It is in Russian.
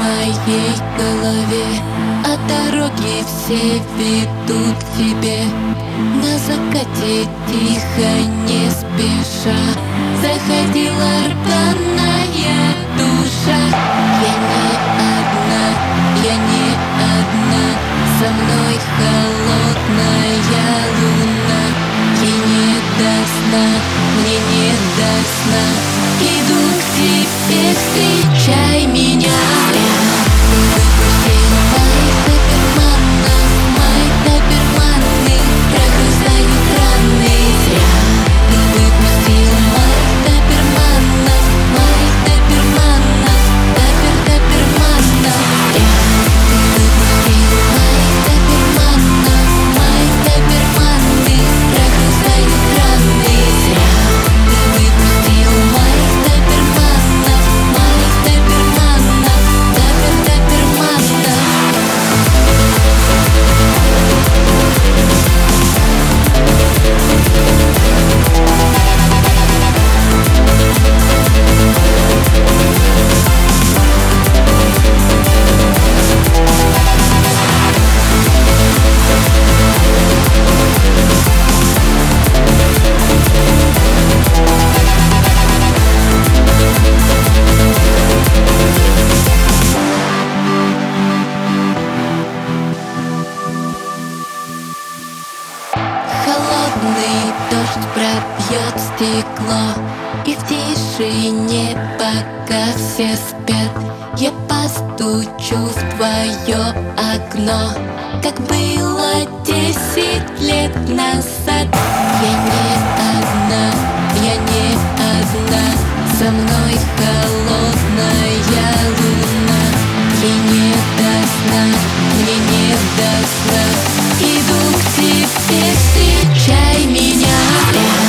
моей голове, а дороги все ведут к тебе. На закате тихо, не спеша, заходила рваная душа. Я не одна, я не одна, со мной холодная луна. Мне не до сна, мне не до сна, иду к тебе, встречай меня. Выпустил мои доберманы, прогрызают раны. Зря ты выпустил моих доберманов, доберманов. Зря ты выпустил моих доберманы, прогрызают раны. Зря ты выпустил моих доберманов, доберманов. Холодный дождь пробьет стекло, и в тишине, пока все спят, я постучу в твое окно, как было 10 лет назад. Я не одна, я не одна, со мной холодная луна. Мне не до сна, мне не до сна, иду к тебе, встречай меня.